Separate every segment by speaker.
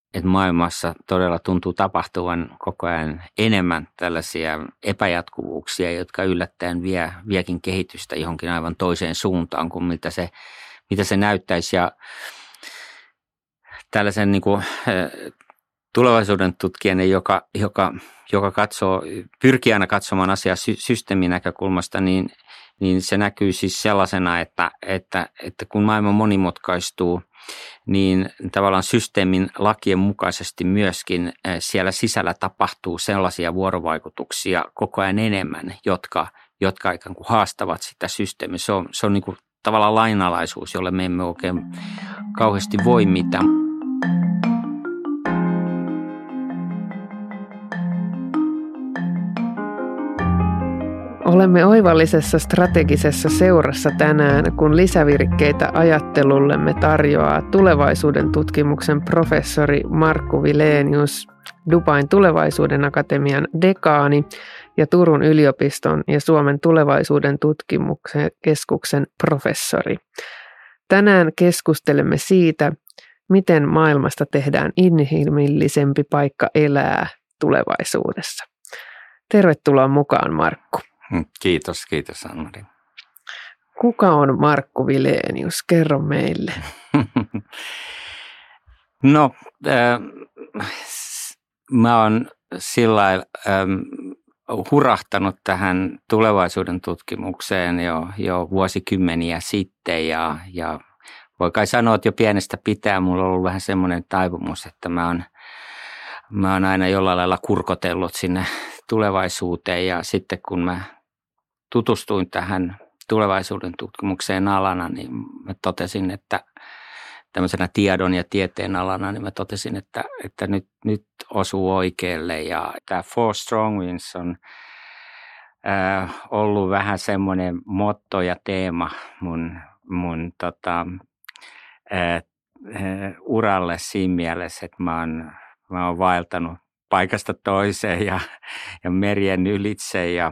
Speaker 1: että maailmassa todella tuntuu tapahtuvan koko ajan enemmän tällaisia epäjatkuvuuksia, jotka yllättäen viekin kehitystä johonkin aivan toiseen suuntaan kuin mitä se näyttäisi. Ja tällaisen niin kuin, tulevaisuuden tutkijan, joka pyrkii aina katsomaan asiaa systeemin näkökulmasta, niin se näkyy siis sellaisena, että kun maailma monimutkaistuu, niin tavallaan systeemin lakien mukaisesti myöskin siellä sisällä tapahtuu sellaisia vuorovaikutuksia koko ajan enemmän, jotka ikään kuin haastavat sitä systeemiä. Se on niin kuin tavallaan lainalaisuus, jolle me emme oikein kauheasti voi mitään.
Speaker 2: Olemme oivallisessa strategisessa seurassa tänään, kun lisävirikkeitä ajattelullemme tarjoaa tulevaisuuden tutkimuksen professori Markku Wilenius, Dubain tulevaisuuden akatemian dekaani ja Turun yliopiston ja Suomen tulevaisuuden tutkimuksen keskuksen professori. Tänään keskustelemme siitä, miten maailmasta tehdään inhimillisempi paikka elää tulevaisuudessa. Tervetuloa mukaan, Markku.
Speaker 1: Kiitos Anna-Mari.
Speaker 2: Kuka on Markku Wilenius? Kerro meille.
Speaker 1: No, mä oon sillä hurahtanut tähän tulevaisuuden tutkimukseen jo vuosikymmeniä sitten ja voi kai sanoa, että jo pienestä pitää mulla on ollut vähän semmoinen taipumus, että mä oon aina jollain lailla kurkotellut sinne tulevaisuuteen ja sitten kun mä tutustuin tähän tulevaisuuden tutkimukseen alana, niin mä totesin, että tämmöisenä tiedon ja tieteen alana, niin mä totesin, että nyt osuu oikealle. Ja tämä Four Strong Winds on ollut vähän semmoinen motto ja teema mun uralle siinä mielessä, että mä oon vaeltanut paikasta toiseen ja merien ylitse ja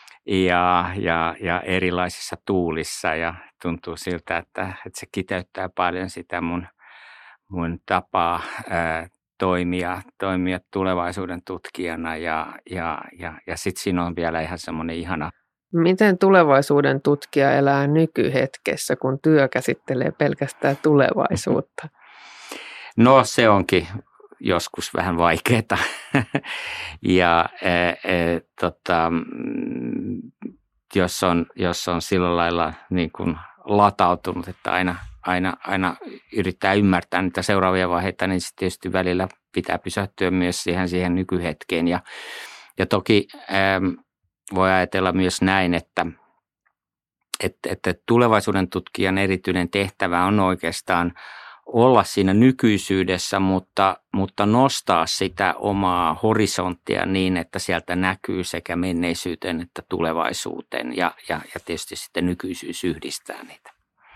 Speaker 1: erilaisissa tuulissa ja tuntuu siltä, että se kiteyttää paljon sitä mun tapaa toimia tulevaisuuden tutkijana ja sitten siinä on vielä ihan semmoinen ihana.
Speaker 2: Miten tulevaisuuden tutkija elää nykyhetkessä, kun työ käsittelee pelkästään tulevaisuutta?
Speaker 1: No se onkin joskus vähän vaikeaa ja jos on sillä lailla niin kuin latautunut, että aina yrittää ymmärtää niitä seuraavia vaiheita, niin sitten tietysti välillä pitää pysähtyä myös siihen nykyhetkeen ja toki voi ajatella myös näin, että tulevaisuuden tutkijan erityinen tehtävä on oikeastaan olla siinä nykyisyydessä, mutta nostaa sitä omaa horisonttia niin, että sieltä näkyy sekä menneisyyteen että tulevaisuuteen ja tietysti sitten nykyisyys yhdistää niitä.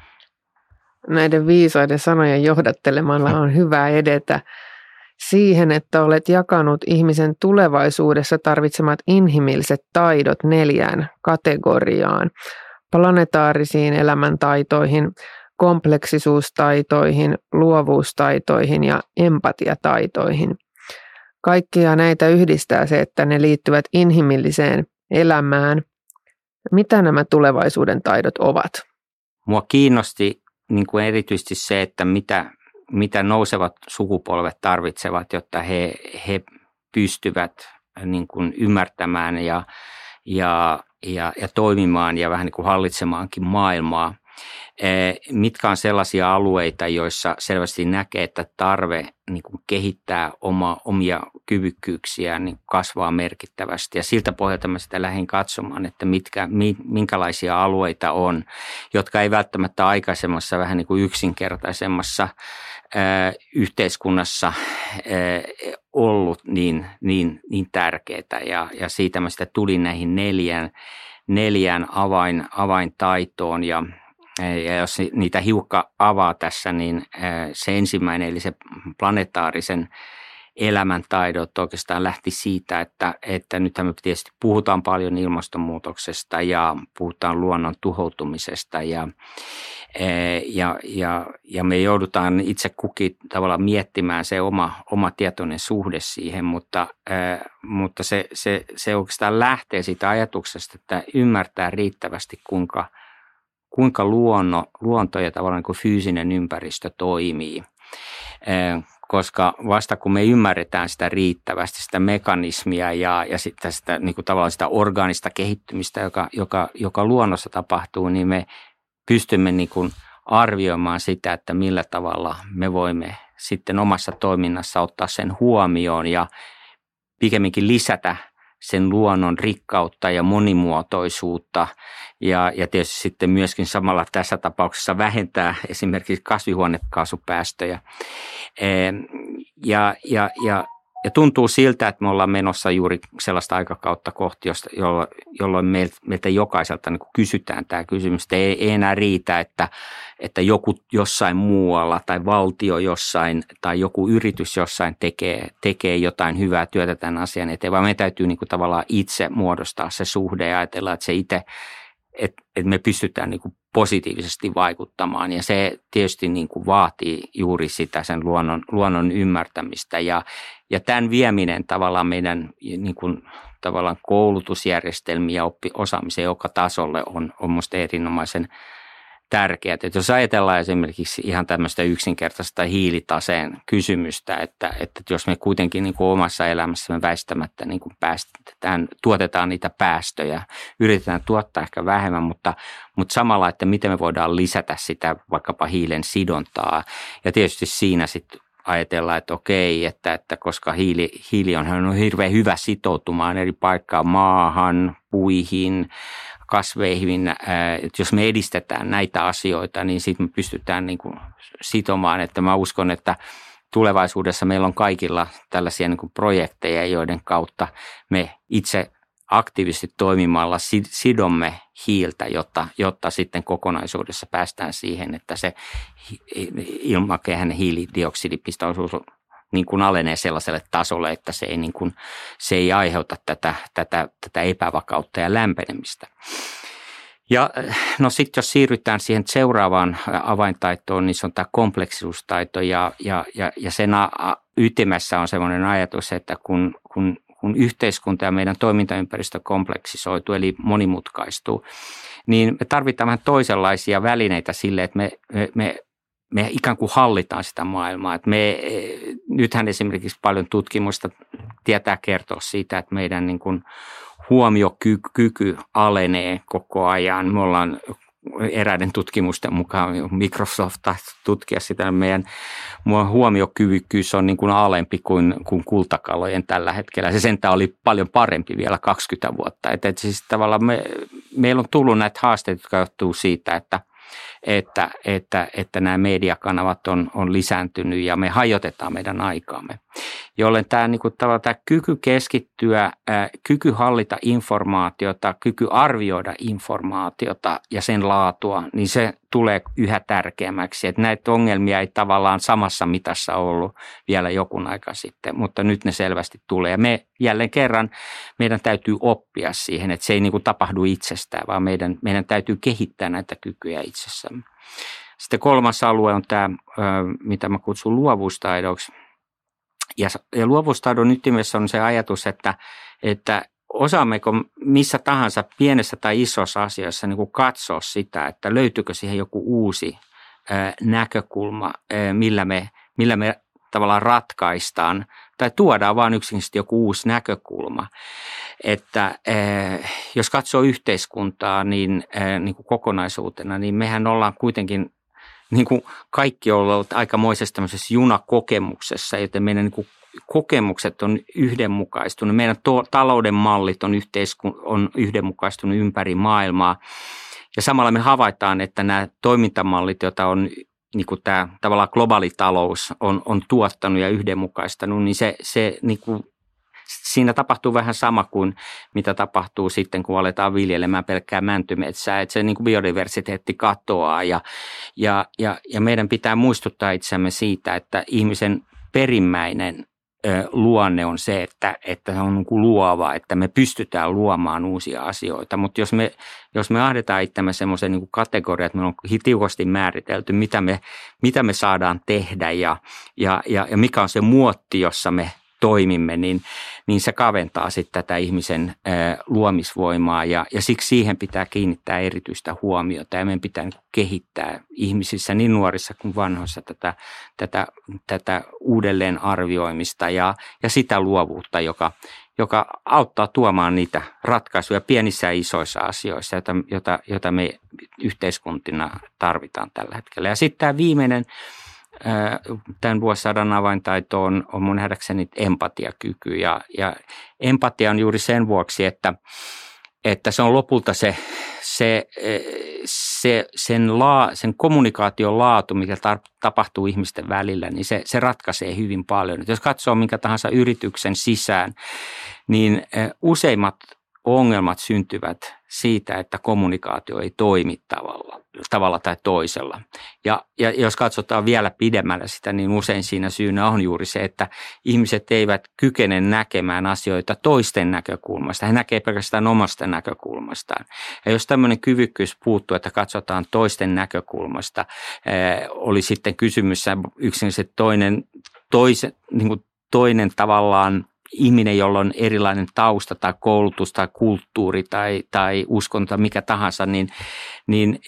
Speaker 2: Näiden viisaiden sanojen johdattelemalla on hyvä edetä siihen, että olet jakanut ihmisen tulevaisuudessa tarvitsemat inhimilliset taidot 4 kategoriaan. Planetaarisiin elämäntaitoihin, kompleksisuustaitoihin, luovuustaitoihin ja empatiataitoihin. Kaikkia näitä yhdistää se, että ne liittyvät inhimilliseen elämään. Mitä nämä tulevaisuuden taidot ovat?
Speaker 1: Mua kiinnosti niin kuin erityisesti se, että mitä nousevat sukupolvet tarvitsevat, jotta he pystyvät niin kuin ymmärtämään ja toimimaan ja vähän niin kuin hallitsemaankin maailmaa. Mitkä on sellaisia alueita, joissa selvästi näkee, että tarve niin kuin kehittää omia kyvykkyyksiä niin kasvaa merkittävästi. Ja siltä pohjalta mä sitä lähdin katsomaan, että minkälaisia alueita on, jotka ei välttämättä aikaisemmassa vähän niin kuin yksinkertaisemmassa yhteiskunnassa ollut niin tärkeää. Ja siitä mä sitä tulin näihin neljään avaintaitoon ja jos niitä hiukka avaa tässä, niin se ensimmäinen, eli se planetaarisen elämän taidot oikeastaan lähti siitä, että nythän me tietysti puhutaan paljon ilmastonmuutoksesta ja puhutaan luonnon tuhoutumisesta ja Ja me joudutaan itse kukin tavallaan miettimään se oma tietoinen suhde siihen, mutta se oikeastaan lähtee siitä ajatuksesta, että ymmärtää riittävästi, kuinka luonto ja tavallaan niin kuin fyysinen ympäristö toimii. Koska vasta kun me ymmärretään sitä riittävästi, sitä mekanismia ja sitten sitä, niin kuin tavallaan sitä orgaanista kehittymistä, joka luonnossa tapahtuu, niin me pystymme niin kuin arvioimaan sitä, että millä tavalla me voimme sitten omassa toiminnassa ottaa sen huomioon ja pikemminkin lisätä sen luonnon rikkautta ja monimuotoisuutta ja tietysti sitten myöskin samalla tässä tapauksessa vähentää esimerkiksi kasvihuonekaasupäästöjä. Ja tuntuu siltä, että me ollaan menossa juuri sellaista aikakautta kohti, jolloin meiltä jokaiselta niin kuin kysytään tämä kysymys. Ei enää riitä, että joku jossain muualla tai valtio jossain tai joku yritys jossain tekee jotain hyvää työtä tämän asian eteen, vaan me täytyy niin kuin tavallaan itse muodostaa se suhde ja ajatella, että se itse, että me pystytään niin kuin positiivisesti vaikuttamaan ja se tietysti niin kuin vaatii juuri sitä sen luonnon ymmärtämistä ja tämän vieminen tavallaan meidän niin kuin, tavallaan koulutusjärjestelmiä ja osaamiseen joka tasolle on minusta erinomaisen tärkeää. Että jos ajatellaan esimerkiksi ihan tämmöistä yksinkertaista hiilitaseen kysymystä, että jos me kuitenkin niin kuin omassa elämässämme väistämättä niin kuin tuotetaan niitä päästöjä, yritetään tuottaa ehkä vähemmän, mutta samalla, että miten me voidaan lisätä sitä vaikkapa hiilen sidontaa. Ja tietysti siinä sitten ajatellaan, että okei, että koska hiili on hirveän hyvä sitoutumaan eri paikkaan, maahan, puihin, kasveihin, että jos me edistetään näitä asioita, niin sitten me pystytään niin kuin sitomaan, että mä uskon, että tulevaisuudessa meillä on kaikilla tällaisia niin kuin projekteja, joiden kautta me itse aktiivisesti toimimalla sidomme hiiltä, jotta sitten kokonaisuudessa päästään siihen, että se ilmakehän hiilidioksidipitoisuus niin kuin alenee sellaiselle tasolle, että se ei aiheuta tätä epävakautta ja lämpenemistä. Ja no sitten jos siirrytään siihen seuraavaan avaintaitoon, niin se on tämä kompleksisuustaito ja sen ytimessä on sellainen ajatus, että kun yhteiskunta ja meidän toimintaympäristö kompleksisoituu eli monimutkaistuu, niin me tarvitaan vähän toisenlaisia välineitä sille, että me ikään kuin hallitaan sitä maailmaa. Että nythän esimerkiksi paljon tutkimusta tietää kertoa siitä, että meidän niin kuin huomiokyky alenee koko ajan. Me ollaan eräiden tutkimusten mukaan Microsoft tutkia sitä, meidän huomiokyvykkyys on niin kuin alempi kuin kultakalojen tällä hetkellä. Se sentään oli paljon parempi vielä 20 vuotta. Että siis tavallaan meillä on tullut näitä haasteita, jotka johtuu siitä, että nämä mediakanavat on lisääntynyt ja me hajotetaan meidän aikaamme. Jolloin tämä kyky keskittyä, kyky hallita informaatiota, kyky arvioida informaatiota ja sen laatua, niin se tulee yhä tärkeämmäksi. Että näitä ongelmia ei tavallaan samassa mitassa ollut vielä jokun aika sitten, mutta nyt ne selvästi tulee. Ja me jälleen kerran meidän täytyy oppia siihen, että se ei niin kuin tapahdu itsestään, vaan meidän täytyy kehittää näitä kykyjä itsessämme. Sitten kolmas alue on tämä, mitä mä kutsun luovuustaidoksi. Ja luovuustaidon ytimessä on se ajatus, että osaammeko missä tahansa pienessä tai isossa asiassa niin kuin katsoa sitä, että löytyykö siihen joku uusi näkökulma, millä me tavallaan ratkaistaan tai tuodaan vaan yksinkertaisesti joku uusi näkökulma. Että jos katsoo yhteiskuntaa niin kuin kokonaisuutena, niin mehän ollaan kuitenkin niin kuin kaikki on ollut aikamoisessa tämmöisessä junakokemuksessa, joten meidän niin kuin kokemukset on yhdenmukaistunut. Meidän talouden mallit on yhdenmukaistunut ympäri maailmaa. Ja samalla me havaitaan, että nämä toimintamallit, joita on niin kuin tämä tavallaan globaali talous on tuottanut ja yhdenmukaistanut, niin se niin kuin siinä tapahtuu vähän sama kuin mitä tapahtuu sitten, kun aletaan viljelemään pelkkää mäntymetsää, että se niin kuin biodiversiteetti katoaa ja meidän pitää muistuttaa itseämme siitä, että ihmisen perimmäinen luonne on se, että se on niin kuin luova, että me pystytään luomaan uusia asioita. Mutta jos me ahdetaan itsemme semmoisen niin kuin kategorian, että me on tiukasti määritelty, mitä me saadaan tehdä ja mikä on se muotti, jossa me toimimme, niin se kaventaa sitten tätä ihmisen luomisvoimaa ja siksi siihen pitää kiinnittää erityistä huomiota ja meidän pitää kehittää ihmisissä niin nuorissa kuin vanhoissa tätä uudelleenarvioimista ja sitä luovuutta, joka auttaa tuomaan niitä ratkaisuja pienissä ja isoissa asioissa, jota me yhteiskuntina tarvitaan tällä hetkellä. Ja sitten tämä viimeinen tämän vuosisadan avaintaito on mun nähdäkseni empatiakyky ja empatia on juuri sen vuoksi, että se on lopulta sen kommunikaation laatu, mikä tapahtuu ihmisten välillä, niin se ratkaisee hyvin paljon. Jos katsoo minkä tahansa yrityksen sisään, niin useimmat ongelmat syntyvät siitä, että kommunikaatio ei toimi tavalla tai toisella. Ja jos katsotaan vielä pidemmällä sitä, niin usein siinä syynä on juuri se, että ihmiset eivät kykene näkemään asioita toisten näkökulmasta. He näkee pelkästään omasta näkökulmastaan. Ja jos tämmöinen kyvykkyys puuttuu, että katsotaan toisten näkökulmasta, oli sitten kysymys yksinkertaisesti toinen tavallaan ihminen, jolla on erilainen tausta tai koulutus tai kulttuuri tai uskonto, mikä tahansa, niin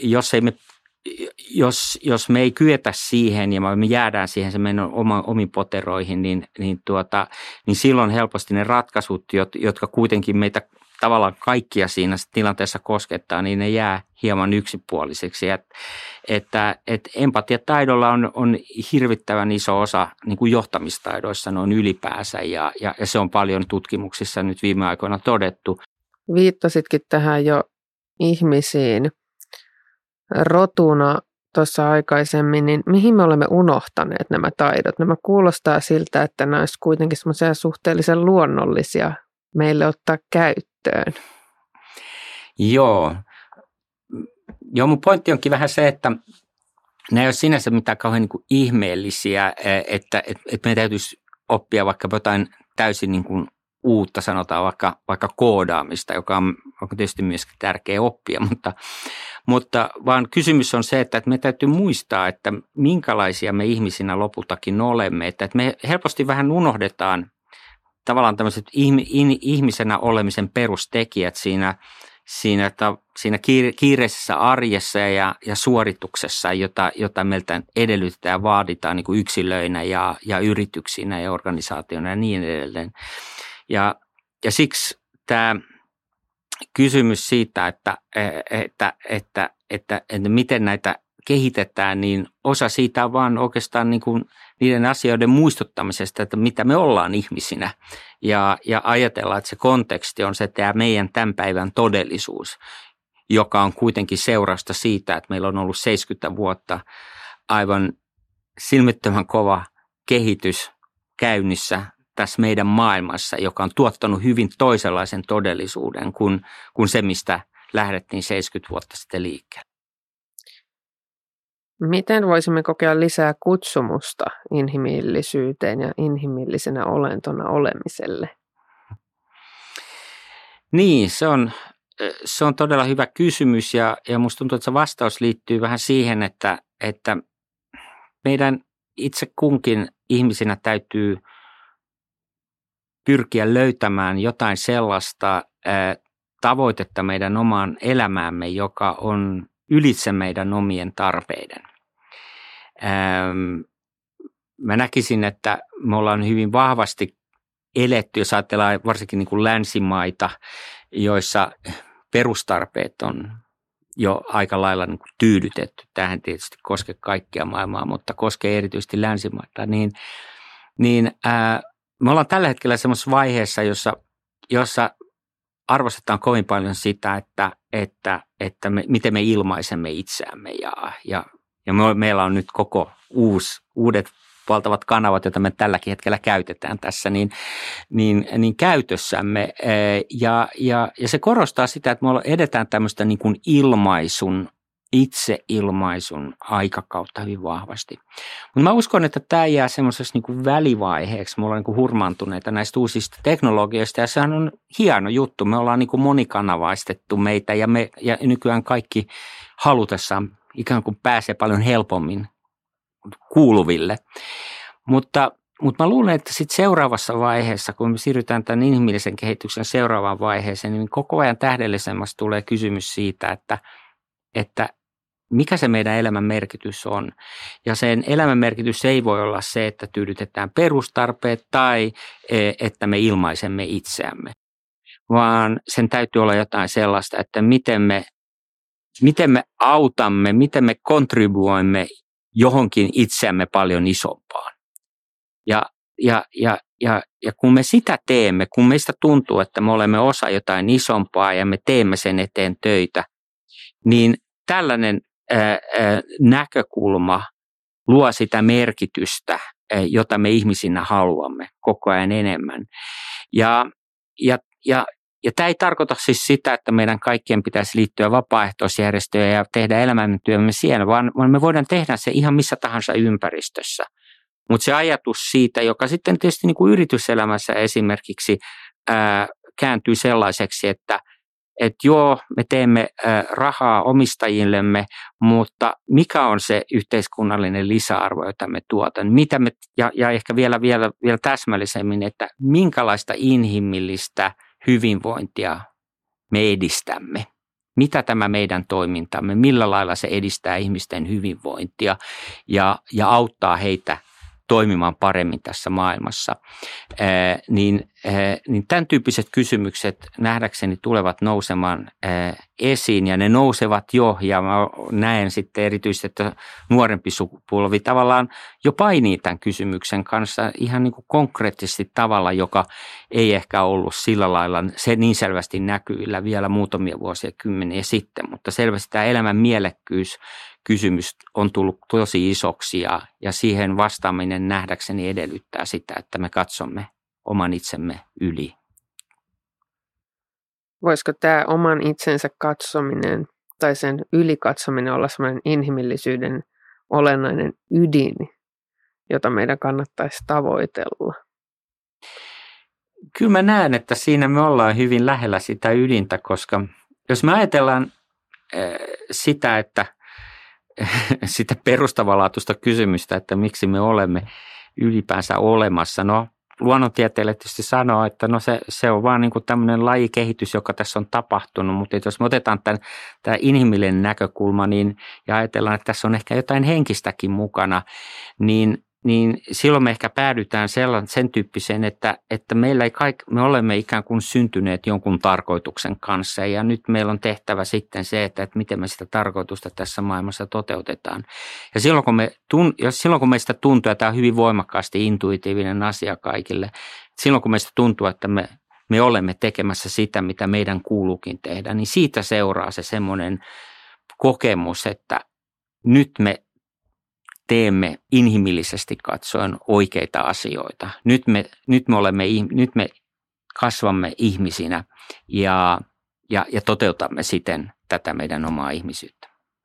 Speaker 1: jos me ei kyetä siihen ja me jäädään siihen se meidän omiin poteroihin, niin silloin helposti ne ratkaisut, jotka kuitenkin meitä tavallaan kaikkia siinä tilanteessa koskettaa, niin ne jää hieman yksipuoliseksi. Että empatiataidolla on hirvittävän iso osa niin kuin johtamistaidoissa noin ylipäänsä ja se on paljon tutkimuksissa nyt viime aikoina todettu.
Speaker 2: Viittasitkin tähän jo ihmisiin rotuna tuossa aikaisemmin, niin mihin me olemme unohtaneet nämä taidot? Nämä kuulostaa siltä, että nämä olisivat kuitenkin semmoisia suhteellisen luonnollisia meille ottaa käyttöön.
Speaker 1: Joo, mun pointti onkin vähän se, että nämä ei ole sinänsä mitään kauhean niin kuin ihmeellisiä, että meidän täytyisi oppia vaikka jotain täysin niin kuin uutta, sanotaan vaikka koodaamista, joka on tietysti myös tärkeä oppia, mutta vaan kysymys on se, että me täytyy muistaa, että minkälaisia me ihmisinä lopultakin olemme, että me helposti vähän unohdetaan tavallaan tämmöiset ihmisenä olemisen perustekijät siinä kiireisessä arjessa ja suorituksessa, jota meiltä edellytetään ja vaaditaan niin kuin yksilöinä ja yrityksinä ja organisaationa ja niin edelleen. Ja siksi tämä kysymys siitä, että miten näitä kehitetään, niin osa siitä on vaan oikeastaan niin kuin niiden asioiden muistuttamisesta, että mitä me ollaan ihmisinä ja ajatellaan, että se konteksti on se tämä meidän tämän päivän todellisuus, joka on kuitenkin seurausta siitä, että meillä on ollut 70 vuotta aivan silmittömän kova kehitys käynnissä tässä meidän maailmassa, joka on tuottanut hyvin toisenlaisen todellisuuden kuin se, mistä lähdettiin 70 vuotta sitten liikkeelle.
Speaker 2: Miten voisimme kokea lisää kutsumusta inhimillisyyteen ja inhimillisenä olentona olemiselle?
Speaker 1: Niin, se on todella hyvä kysymys ja musta tuntuu, että se vastaus liittyy vähän siihen, että meidän itse kunkin ihmisinä täytyy pyrkiä löytämään jotain sellaista tavoitetta meidän omaan elämäämme, joka on ylitse meidän omien tarpeiden. Mä näkisin, että me ollaan hyvin vahvasti eletty, jos ajatellaan varsinkin niin kuin länsimaita, joissa perustarpeet on jo aika lailla niin kuin tyydytetty. Tämähän tietysti koskee kaikkia maailmaa, mutta koskee erityisesti länsimaita. Niin me ollaan tällä hetkellä semmoisessa vaiheessa, jossa arvostetaan kovin paljon sitä, että miten me ilmaisemme itseämme ja meillä on nyt koko uudet valtavat kanavat, joita me tälläkin hetkellä käytetään tässä, niin käytössämme ja se korostaa sitä, että me edetään tämmöistä niin kuin ilmaisun itseilmaisun aikakautta hyvin vahvasti. Mutta mä uskon, että tämä jää semmoisessa niin välivaiheeksi. Me ollaan niin hurmaantuneita näistä uusista teknologioista ja sehän on hieno juttu. Me ollaan niin monikanavaistettu meitä ja nykyään kaikki halutessaan ikään kuin pääsee paljon helpommin kuuluville. Mutta mä luulen, että sitten seuraavassa vaiheessa, kun me siirrytään tämän inhimillisen kehityksen seuraavaan vaiheeseen, niin koko ajan tähdellisemmästä tulee kysymys siitä, että mikä se meidän elämän merkitys on. Ja sen elämän merkitys ei voi olla se, että tyydytetään perustarpeet tai että me ilmaisemme itseämme, vaan sen täytyy olla jotain sellaista, että miten me autamme, miten me kontribuoimme johonkin itseämme paljon isompaan. Ja kun me sitä teemme, kun meistä tuntuu, että me olemme osa jotain isompaa ja me teemme sen eteen töitä, niin tällainen näkökulma luo sitä merkitystä, jota me ihmisinä haluamme koko ajan enemmän. Ja tämä ei tarkoita siis sitä, että meidän kaikkien pitäisi liittyä vapaaehtoisjärjestöön ja tehdä elämäntyömme siellä, vaan me voidaan tehdä se ihan missä tahansa ympäristössä. Mutta se ajatus siitä, joka sitten tietysti niin kuin yrityselämässä esimerkiksi kääntyy sellaiseksi, että joo, me teemme rahaa omistajillemme, mutta mikä on se yhteiskunnallinen lisäarvo, jota me tuotan? Ja ehkä vielä täsmällisemmin, että minkälaista inhimillistä hyvinvointia me edistämme? Mitä tämä meidän toimintamme, millä lailla se edistää ihmisten hyvinvointia ja auttaa heitä toimimaan paremmin tässä maailmassa, niin tämän tyyppiset kysymykset nähdäkseni tulevat nousemaan esiin ja ne nousevat jo ja mä näen sitten erityisesti, että nuorempi sukupolvi tavallaan jo painii tämän kysymyksen kanssa ihan niin kuin konkreettisesti tavalla, joka ei ehkä ollut sillä lailla se niin selvästi näkyvillä vielä muutamia vuosia kymmeniä sitten, mutta selvästi tämä elämän mielekkyys kysymys on tullut tosi isoksi ja siihen vastaaminen nähdäkseni edellyttää sitä, että me katsomme oman itsemme yli.
Speaker 2: Voisiko tämä oman itsensä katsominen tai sen ylikatsominen olla sellainen inhimillisyyden olennainen ydin, jota meidän kannattaisi tavoitella?
Speaker 1: Kyllä mä näen, että siinä me ollaan hyvin lähellä sitä ydintä, koska jos me ajatellaan sitä, että sitä perustavanlaatuista kysymystä, että miksi me olemme ylipäänsä olemassa. No luonnontieteilijät tietysti sanoo, että no se on vaan niin kuin tämmöinen lajikehitys, joka tässä on tapahtunut, mutta jos me otetaan tämä inhimillinen näkökulma ja ajatellaan, että tässä on ehkä jotain henkistäkin mukana, niin silloin me ehkä päädytään sen tyyppiseen, että me olemme ikään kuin syntyneet jonkun tarkoituksen kanssa ja nyt meillä on tehtävä sitten se, että miten me sitä tarkoitusta tässä maailmassa toteutetaan. Ja silloin kun meistä tuntuu, ja tämä on hyvin voimakkaasti intuitiivinen asia kaikille, silloin kun meistä tuntuu, että me olemme tekemässä sitä, mitä meidän kuuluukin tehdä, niin siitä seuraa se semmoinen kokemus, että nyt me teemme inhimillisesti katsoen oikeita asioita. Nyt me kasvamme ihmisinä ja toteutamme siten tätä meidän omaa ihmisyyttä.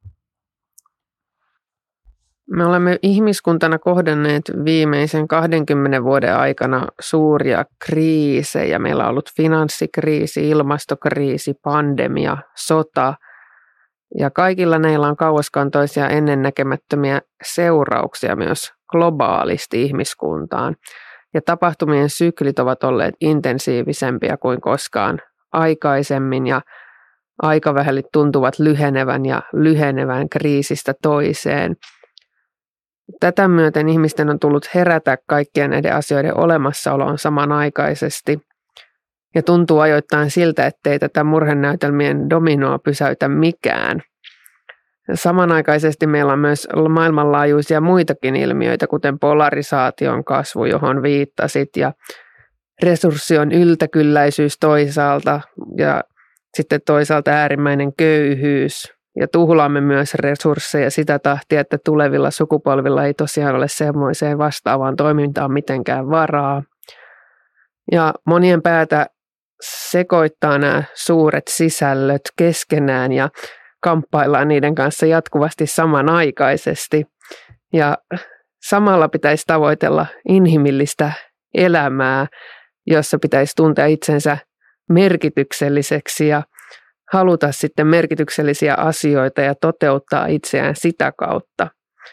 Speaker 2: Me olemme ihmiskuntana kohdanneet viimeisen 20 vuoden aikana suuria kriisejä. Meillä on ollut finanssikriisi, ilmastokriisi, pandemia, sota. Ja kaikilla näillä on kauaskantoisia ennennäkemättömiä seurauksia myös globaalisti ihmiskuntaan. Ja tapahtumien syklit ovat olleet intensiivisempiä kuin koskaan aikaisemmin ja aikavälit tuntuvat lyhenevän kriisistä toiseen. Tätä myöten ihmisten on tullut herätä kaikkien näiden asioiden olemassaoloon samanaikaisesti. Ja tuntuu ajoittain siltä, ettei tätä murhenäytelmien dominoa pysäytä mikään. Samanaikaisesti meillä on myös maailmanlaajuisia muitakin ilmiöitä, kuten polarisaation kasvu, johon viittasit, ja resurssion yltäkylläisyys toisaalta, ja sitten toisaalta äärimmäinen köyhyys. Ja tuhlaamme myös resursseja sitä tahtia, että tulevilla sukupolvilla ei tosiaan ole semmoiseen vastaavaan toimintaan mitenkään varaa. Ja monien päätä sekoittaa nämä suuret sisällöt keskenään ja kamppaillaan niiden kanssa jatkuvasti samanaikaisesti. Ja samalla pitäisi tavoitella inhimillistä elämää, jossa pitäisi tuntea itsensä merkitykselliseksi ja haluta sitten merkityksellisiä asioita ja toteuttaa itseään sitä kautta.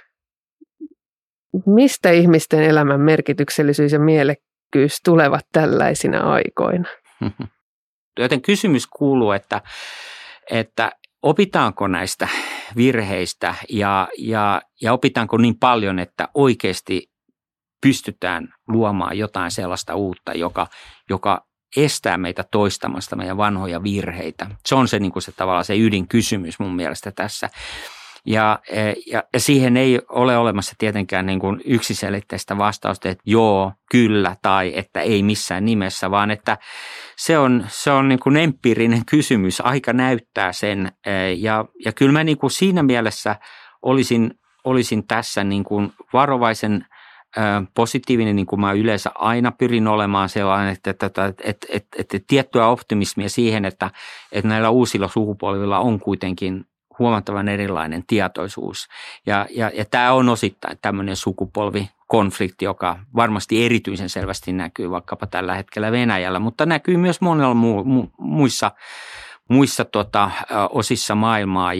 Speaker 2: Mistä ihmisten elämän merkityksellisyys ja mielekkyys tulevat tällaisina aikoina?
Speaker 1: Joten kysymys kuuluu, että opitaanko näistä virheistä ja opitaanko niin paljon, että oikeasti pystytään luomaan jotain sellaista uutta, joka estää meitä toistamasta meidän vanhoja virheitä. Se on se, niin kuin se tavallaan se ydinkysymys mun mielestä tässä. Ja siihen ei ole olemassa tietenkään niin kuin yksiselitteistä vastausta, että joo, kyllä tai että ei missään nimessä, vaan että se on niin kuin empiirinen kysymys. Aika näyttää sen ja kyllä mä niin kuin siinä mielessä olisin tässä niin kuin varovaisen positiivinen, niin kuin mä yleensä aina pyrin olemaan sellainen, että tiettyä optimismia siihen, että näillä uusilla sukupolvilla on kuitenkin huomattavan erilainen tietoisuus. Ja tämä on osittain tämmöinen sukupolvikonflikti, joka varmasti erityisen selvästi näkyy vaikkapa tällä hetkellä Venäjällä, mutta näkyy myös monella muissa osissa maailmaa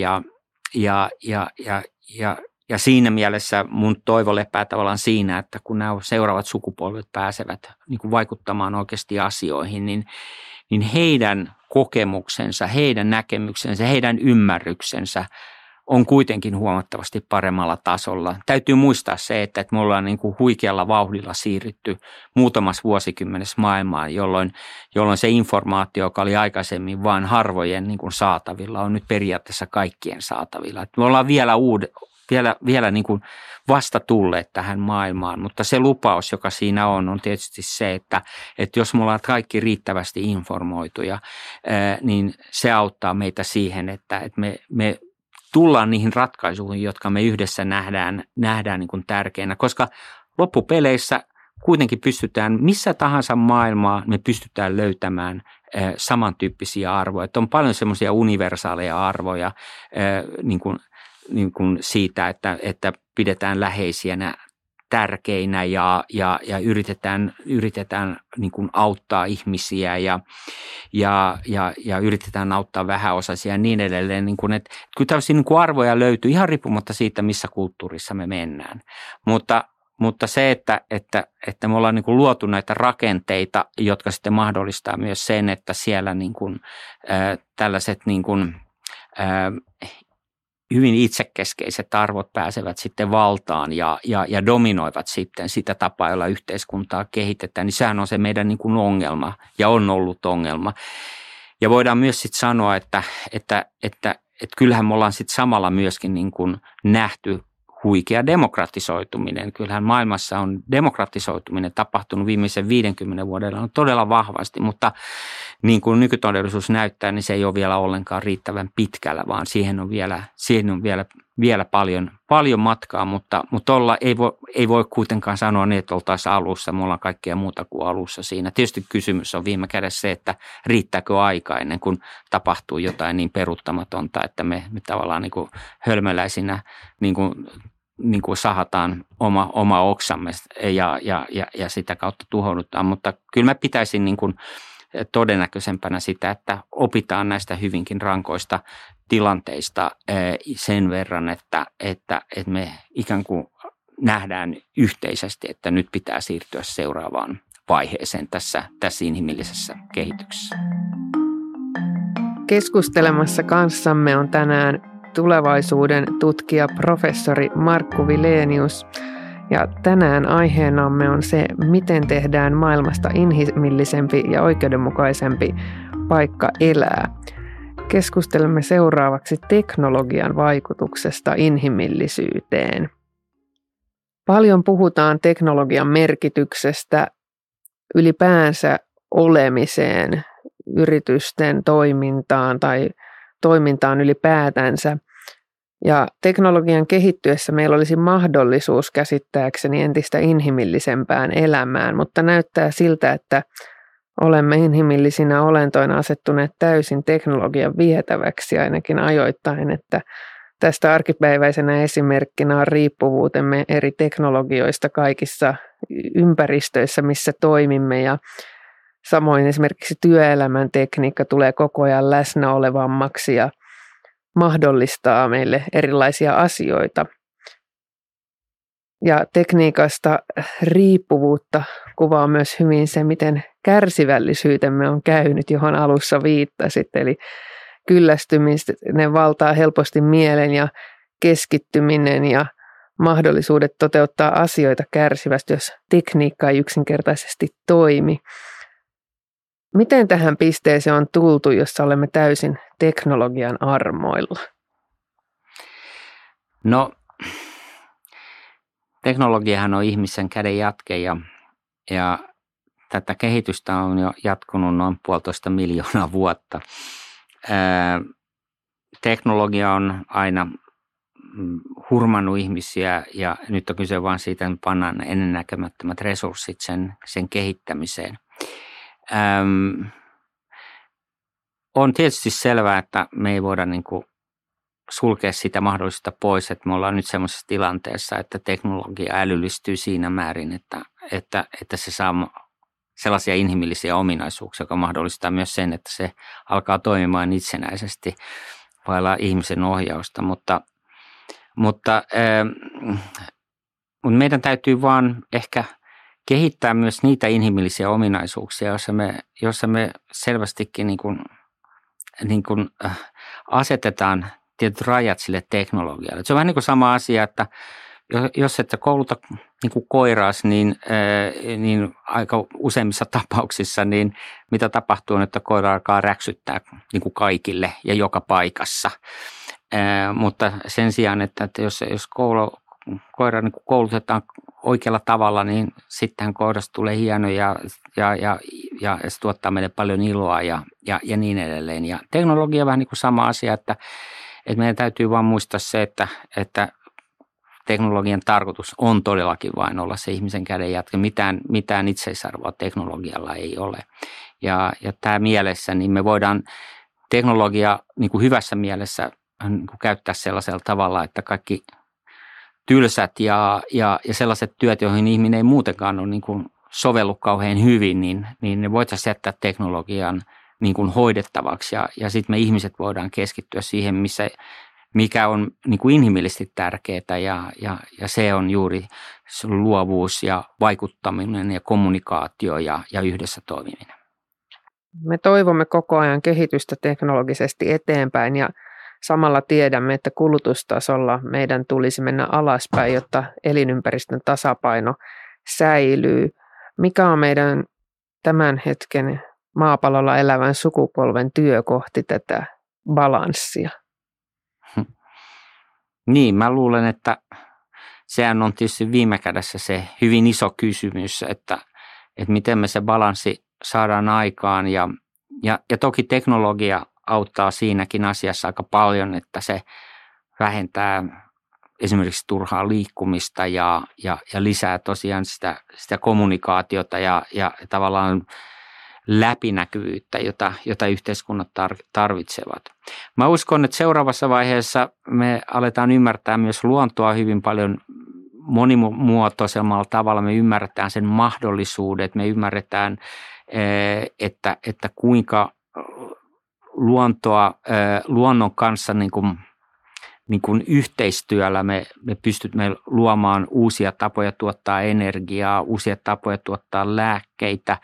Speaker 1: ja siinä mielessä mun toivo lepää tavallaan siinä, että kun nämä seuraavat sukupolvet pääsevät niin kuin vaikuttamaan oikeasti asioihin, niin heidän kokemuksensa, heidän näkemyksensä, heidän ymmärryksensä on kuitenkin huomattavasti paremmalla tasolla. Täytyy muistaa se, että me ollaan niin kuin huikealla vauhdilla siirrytty muutamassa vuosikymmenessä maailmaan, jolloin se informaatio, joka oli aikaisemmin vain harvojen niin kuin saatavilla, on nyt periaatteessa kaikkien saatavilla. Me ollaan vielä niin kuin vasta tulleet tähän maailmaan, mutta se lupaus, joka siinä on tietysti se, että jos me ollaan kaikki riittävästi informoituja, niin se auttaa meitä siihen, että me tullaan niihin ratkaisuihin, jotka me yhdessä nähdään niin kuin tärkeinä, koska loppupeleissä kuitenkin pystytään missä tahansa maailmaa, me pystytään löytämään samantyyppisiä arvoja. Että on paljon semmoisia universaaleja arvoja, niin kuin siitä, että pidetään läheisiänä tärkeinä ja yritetään niin kuin auttaa ihmisiä ja yritetään auttaa vähäosaisia ja niin edelleen. Niin kuin, että kyllä tällaisia niin kuin arvoja löytyy ihan riippumatta siitä, missä kulttuurissa me mennään. Mutta se, että me ollaan niin kuin luotu näitä rakenteita, jotka sitten mahdollistaa myös sen, että siellä niin kuin, tällaiset niin kuin, hyvin itsekeskeiset arvot pääsevät sitten valtaan ja dominoivat sitten sitä tapaa, jolla yhteiskuntaa kehitetään, niin sehän on se meidän niin kuin ongelma ja on ollut ongelma. Ja voidaan myös sitten sanoa, että kyllähän me ollaan sitten samalla myöskin niin kuin nähty huikea demokratisoituminen. Kyllähän maailmassa on demokratisoituminen tapahtunut viimeisen 50 vuodella on todella vahvasti, mutta niin kuin nykytodellisuus näyttää, niin se ei ole vielä ollenkaan riittävän pitkällä, vaan siihen on vielä paljon matkaa, mutta ei voi kuitenkaan sanoa niin, että oltaisiin alussa. Me ollaan kaikkea muuta kuin alussa siinä. Tietysti kysymys on viime kädessä se, että riittääkö aika ennen kuin tapahtuu jotain niin peruuttamatonta, että me tavallaan niin kuin hölmöläisinä niin kuin sahataan oma oksamme ja sitä kautta tuhoudutaan. Mutta kyllä mä pitäisin niin kuin todennäköisempänä sitä, että opitaan näistä hyvinkin rankoista tilanteista sen verran, että me ikään kuin nähdään yhteisesti, että nyt pitää siirtyä seuraavaan vaiheeseen tässä inhimillisessä kehityksessä.
Speaker 2: Keskustelemassa kanssamme on tänään tulevaisuuden tutkija professori Markku Wilenius. Ja tänään aiheenamme on se, miten tehdään maailmasta inhimillisempi ja oikeudenmukaisempi paikka elää. Keskustelemme seuraavaksi teknologian vaikutuksesta inhimillisyyteen. Paljon puhutaan teknologian merkityksestä ylipäänsä olemiseen, yritysten toimintaan tai toimintaan ylipäätänsä. Ja teknologian kehittyessä meillä olisi mahdollisuus käsittääkseni entistä inhimillisempään elämään, mutta näyttää siltä, että olemme inhimillisinä olentoina asettuneet täysin teknologian vietäväksi ainakin ajoittain, että tästä arkipäiväisenä esimerkkinä on riippuvuutemme eri teknologioista kaikissa ympäristöissä, missä toimimme, ja samoin esimerkiksi työelämän tekniikka tulee koko ajan läsnä olevammaksi ja mahdollistaa meille erilaisia asioita. Ja tekniikasta riippuvuutta kuvaa myös hyvin se, miten kärsivällisyytemme on käynyt, johon alussa viittasit. Eli kyllästyminen valtaa helposti mielen ja keskittyminen ja mahdollisuudet toteuttaa asioita kärsivästi, jos tekniikka ei yksinkertaisesti toimi. Miten tähän pisteeseen on tultu, jossa olemme täysin teknologian armoilla?
Speaker 1: No, teknologiahan on ihmisen käden jatke ja tätä kehitystä on jo jatkunut noin 1,5 miljoonaa vuotta. Teknologia on aina hurmannut ihmisiä ja nyt on kyse vain siitä, että pannaan ennennäkemättömät resurssit sen kehittämiseen. On tietysti selvää, että me ei voida niin kuin sulkea sitä mahdollisuutta pois, että me ollaan nyt semmoisessa tilanteessa, että teknologia älyllistyy siinä määrin, että se saa sellaisia inhimillisiä ominaisuuksia, joka mahdollistaa myös sen, että se alkaa toimimaan itsenäisesti vailla ihmisen ohjausta, mutta meidän täytyy vaan ehkä kehittää myös niitä inhimillisiä ominaisuuksia, joissa me selvästikin niin kuin asetetaan tietyt rajat sille teknologialle. Se on vähän niin kuin sama asia, että jos et kouluta niin kuin koiraas, niin aika useimmissa tapauksissa, niin mitä tapahtuu, on, että koira alkaa räksyttää niin kuin kaikille ja joka paikassa. Mutta sen sijaan, että jos koira niin kuin koulutetaan oikealla tavalla, niin sittenhän koirasta tulee hieno ja se tuottaa meille paljon iloa ja niin edelleen. Ja teknologia on vähän niin kuin sama asia, että meidän täytyy vaan muistaa se, että teknologian tarkoitus on todellakin vain olla se ihmisen käden jatke. Mitään itseisarvoa teknologialla ei ole. Ja tämä mielessä, niin me voidaan teknologia niin kuin hyvässä mielessä niin kuin käyttää sellaisella tavalla, että kaikki tylsät ja sellaiset työt, joihin ihminen ei muutenkaan ole niin kuin sovellu kauhean hyvin, niin ne voitaisiin jättää teknologian niin kuin hoidettavaksi ja sitten me ihmiset voidaan keskittyä siihen, mikä on niin kuin inhimillisesti tärkeää ja se on juuri luovuus ja vaikuttaminen ja kommunikaatio ja yhdessä toimiminen.
Speaker 2: Me toivomme koko ajan kehitystä teknologisesti eteenpäin ja samalla tiedämme, että kulutustasolla meidän tulisi mennä alaspäin, jotta elinympäristön tasapaino säilyy. Mikä on meidän tämän hetken maapallolla elävän sukupolven työ kohti tätä balanssia?
Speaker 1: Niin, mä luulen, että sehän on tietysti viime kädessä se hyvin iso kysymys, että miten me se balanssi saadaan aikaan ja toki teknologia auttaa siinäkin asiassa aika paljon, että se vähentää esimerkiksi turhaa liikkumista ja lisää tosiaan sitä kommunikaatiota ja tavallaan läpinäkyvyyttä, jota yhteiskunnat tarvitsevat. Mä uskon, että seuraavassa vaiheessa me aletaan ymmärtää myös luontoa hyvin paljon monimuotoisemmalla tavalla. Me ymmärretään sen mahdollisuudet, me ymmärretään, että kuinka luonnon kanssa niin kuin yhteistyöllä me pystymme luomaan uusia tapoja tuottaa energiaa, uusia tapoja tuottaa lääkkeitä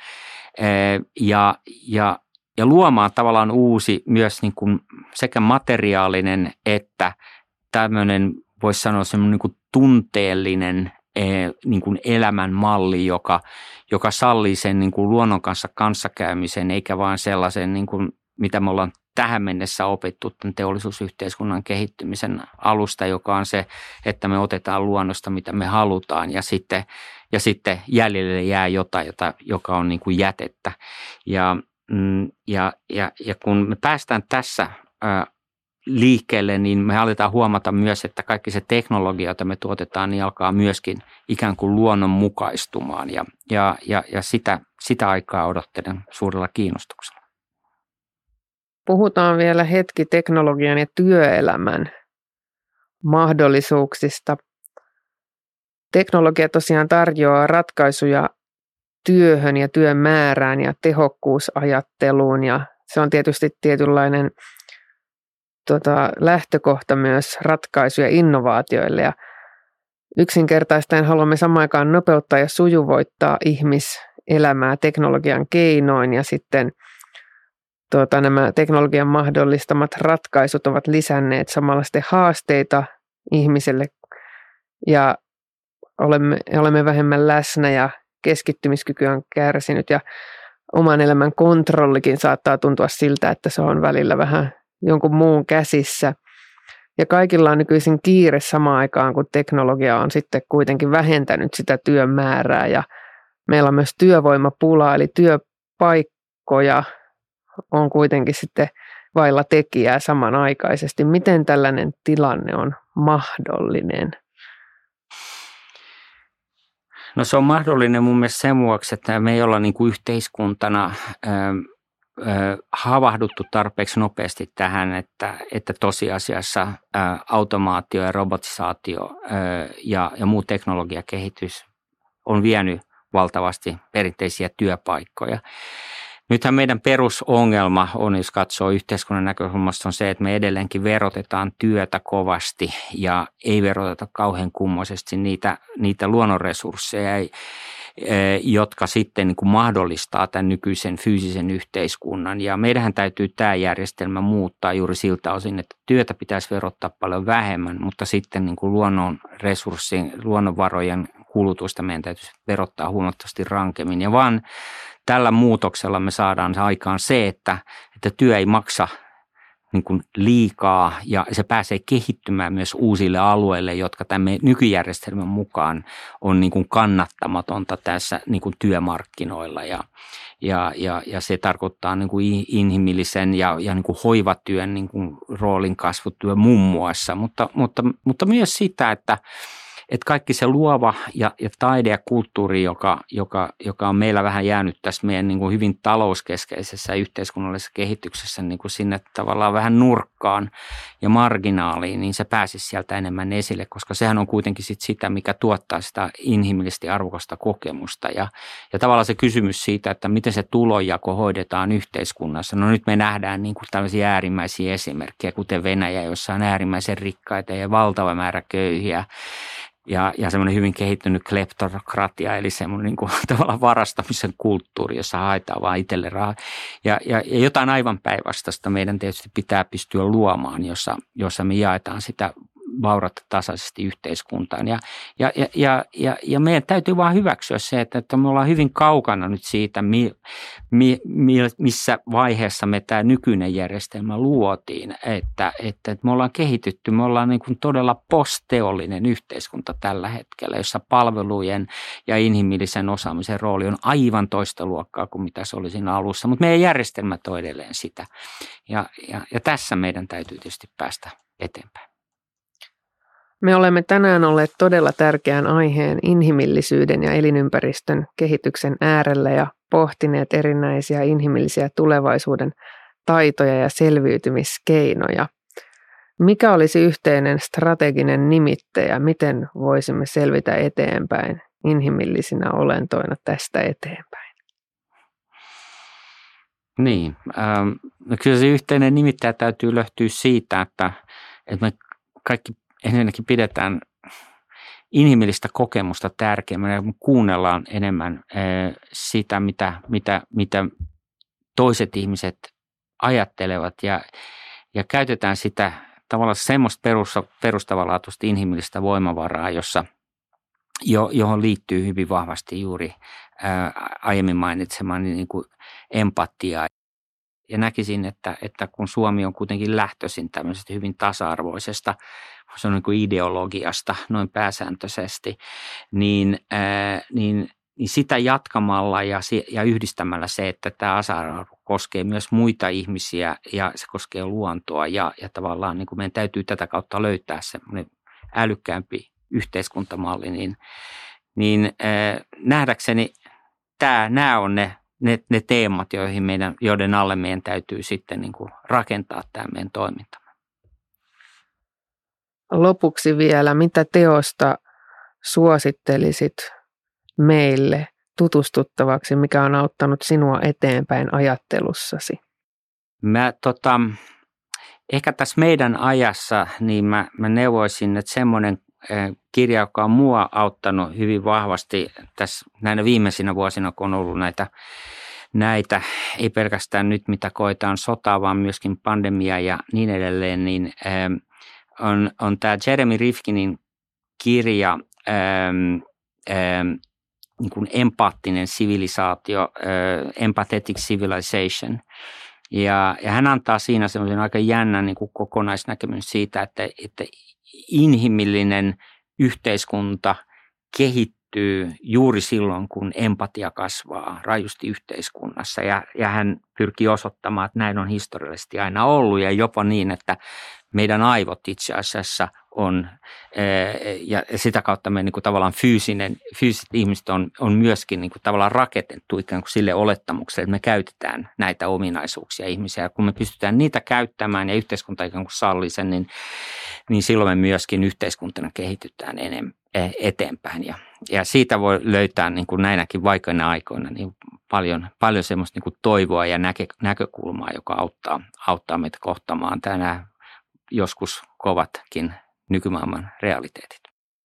Speaker 1: ja luomaan tavallaan uusi myös niin kuin sekä materiaalinen että tämmöinen, voisi sanoa semmoinen niin kuin tunteellinen niin kuin elämänmalli, joka sallii sen niin kuin luonnon kanssa kanssakäymisen, eikä vaan sellaisen, niin kuin, mitä me ollaan tähän mennessä opittu tämän teollisuusyhteiskunnan kehittymisen alusta, joka on se, että me otetaan luonnosta, mitä me halutaan, ja sitten jäljelle jää jotain, joka on niin kuin jätettä. Ja kun me päästään tässä liikkeelle, niin me aletaan huomata myös, että kaikki se teknologia, jota me tuotetaan, niin alkaa myöskin ikään kuin luonnonmukaistumaan ja sitä aikaa odottelen suurella kiinnostuksella.
Speaker 2: Puhutaan vielä hetki teknologian ja työelämän mahdollisuuksista. Teknologia tosiaan tarjoaa ratkaisuja työhön ja työn määrään ja tehokkuusajatteluun ja se on tietysti tietynlainen lähtökohta myös ratkaisuja innovaatioille ja yksinkertaistaen haluamme samaan aikaan nopeuttaa ja sujuvoittaa ihmiselämää teknologian keinoin ja sitten nämä teknologian mahdollistamat ratkaisut ovat lisänneet samalla sitten haasteita ihmiselle ja olemme vähemmän läsnä ja keskittymiskyky on kärsinyt ja oman elämän kontrollikin saattaa tuntua siltä, että se on välillä vähän jonkun muun käsissä. Ja kaikilla on nykyisin kiire samaan aikaan, kun teknologia on sitten kuitenkin vähentänyt sitä työn määrää ja meillä on myös työvoimapula, eli työpaikkoja on kuitenkin sitten vailla tekijää samanaikaisesti. Miten tällainen tilanne on mahdollinen?
Speaker 1: No se on mahdollinen mun mielestä sen vuoksi, että me ei olla niin kuin yhteiskuntana havahduttu tarpeeksi nopeasti tähän, että tosiasiassa automaatio ja robotisaatio ja muu teknologiakehitys on vienyt valtavasti perinteisiä työpaikkoja. Nythän meidän perusongelma on, jos katsoo yhteiskunnan näkökulmasta, on se, että me edelleenkin verotetaan työtä kovasti ja ei veroteta kauhean kummoisesti niitä luonnonresursseja, jotka sitten niin kuin mahdollistaa tämän nykyisen fyysisen yhteiskunnan. Ja meidänhän täytyy tämä järjestelmä muuttaa juuri siltä osin, että työtä pitäisi verottaa paljon vähemmän, mutta sitten niin kuin luonnonvarojen kulutusta meidän täytyisi verottaa huomattavasti rankemmin. Ja vaan tällä muutoksella me saadaan aikaan se, että työ ei maksa niin kuin liikaa ja se pääsee kehittymään myös uusille alueille, jotka tämän nykyjärjestelmän mukaan on niin kuin kannattamatonta tässä niin kuin työmarkkinoilla. Ja se tarkoittaa niin kuin inhimillisen ja niin kuin hoivatyön niin kuin roolin kasvutyö muun muassa, mutta myös sitä, että kaikki se luova ja taide ja kulttuuri, joka on meillä vähän jäänyt tässä meidän niin kuin hyvin talouskeskeisessä yhteiskunnallisessa kehityksessä niin kuin sinne tavallaan vähän nurkkaan ja marginaaliin, niin se pääsisi sieltä enemmän esille, koska sehän on kuitenkin sitä, mikä tuottaa sitä inhimillisesti arvokasta kokemusta. Ja tavallaan se kysymys siitä, että miten se tulonjako hoidetaan yhteiskunnassa. No nyt me nähdään niin kuin tällaisia äärimmäisiä esimerkkejä, kuten Venäjä, jossa on äärimmäisen rikkaita ja valtava määrä köyhiä. Ja semmoinen hyvin kehittynyt kleptokratia, eli semmoinen niin kuin tavallaan varastamisen kulttuuri, jossa haetaan vaan itselle rahaa. Ja jotain aivan päinvastaista meidän tietysti pitää pystyä luomaan, jossa me jaetaan sitä vaurautta tasaisesti yhteiskuntaan. Ja meidän täytyy vaan hyväksyä se, että me ollaan hyvin kaukana nyt siitä, missä vaiheessa me tämä nykyinen järjestelmä luotiin. Että me ollaan kehitytty, me ollaan niin kuin todella postteollinen yhteiskunta tällä hetkellä, jossa palvelujen ja inhimillisen osaamisen rooli on aivan toista luokkaa kuin mitä se oli siinä alussa. Mutta meidän järjestelmät on edelleen sitä. Ja tässä meidän täytyy tietysti päästä eteenpäin.
Speaker 2: Me olemme tänään olleet todella tärkeän aiheen inhimillisyyden ja elinympäristön kehityksen äärellä ja pohtineet erinäisiä inhimillisiä tulevaisuuden taitoja ja selviytymiskeinoja. Mikä olisi yhteinen strateginen nimittäjä, miten voisimme selvitä eteenpäin inhimillisinä olentoina tästä eteenpäin?
Speaker 1: Niin, no kyllä se yhteinen nimittäjä täytyy löytyä siitä, että me kaikki ensinnäkin pidetään inhimillistä kokemusta tärkeämmän ja kuunnellaan enemmän sitä, mitä toiset ihmiset ajattelevat ja käytetään sitä tavallaan semmoista perustavanlaatuista inhimillistä voimavaraa, johon liittyy hyvin vahvasti juuri aiemmin mainitsemani niin kuin empatiaa. Ja näkisin, että kun Suomi on kuitenkin lähtöisin tämmöisestä hyvin tasa-arvoisesta, se on niin kuin ideologiasta noin pääsääntöisesti, niin niin sitä jatkamalla ja yhdistämällä se, että tämä tasa-arvo koskee myös muita ihmisiä ja se koskee luontoa ja tavallaan niin kuin meidän täytyy tätä kautta löytää semmoinen älykkäämpi yhteiskuntamalli, niin nähdäkseni nämä on ne teemat, joiden alle meidän täytyy sitten niin kuin rakentaa tämä meidän toiminta.
Speaker 2: Lopuksi vielä, mitä teosta suosittelisit meille tutustuttavaksi, mikä on auttanut sinua eteenpäin ajattelussasi?
Speaker 1: Ehkä tässä meidän ajassa niin mä neuvoisin, että semmoinen kirja, joka on mua auttanut hyvin vahvasti tässä näinä viimeisinä vuosina, kun on ollut näitä ei pelkästään nyt mitä koetaan sotaa, vaan myöskin pandemia ja niin edelleen, niin on tämä Jeremy Rifkinin kirja niin kuin empaattinen sivilisaatio, Empathetic Civilization. Ja hän antaa siinä semmoisen aika jännän niin kuin kokonaisnäkemys siitä, että inhimillinen yhteiskunta kehittyy juuri silloin, kun empatia kasvaa rajusti yhteiskunnassa. Ja hän pyrkii osoittamaan, että näin on historiallisesti aina ollut ja jopa niin, että meidän aivot itse asiassa on, ja sitä kautta me niin kuin tavallaan fyysiset ihmiset on myöskin niin kuin tavallaan rakennettu ikään kuin sille olettamukselle, että me käytetään näitä ominaisuuksia ihmisiä. Ja kun me pystytään niitä käyttämään ja yhteiskunta ikään kuin sallii sen, niin silloin me myöskin yhteiskuntana kehitytään eteenpäin. Ja siitä voi löytää niin kuin näinäkin vaikeina aikoina niin paljon semmoista niin kuin toivoa ja näkökulmaa, joka auttaa meitä kohtaamaan tänään joskus kovatkin nykymaailman realiteetit.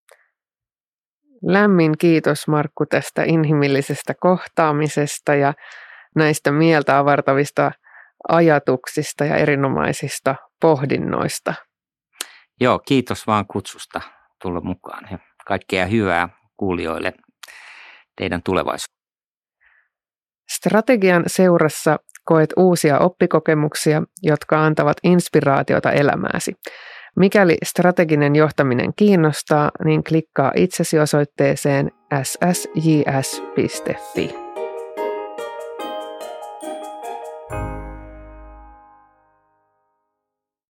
Speaker 2: Lämmin kiitos Markku tästä inhimillisestä kohtaamisesta ja näistä mieltä avartavista ajatuksista ja erinomaisista pohdinnoista.
Speaker 1: Joo, kiitos vaan kutsusta tulla mukaan ja kaikkea hyvää kuulijoille teidän tulevaisuudessa.
Speaker 2: Strategian seurassa koet uusia oppikokemuksia, jotka antavat inspiraatiota elämääsi. Mikäli strateginen johtaminen kiinnostaa, niin klikkaa itsesi osoitteeseen ssjs.fi.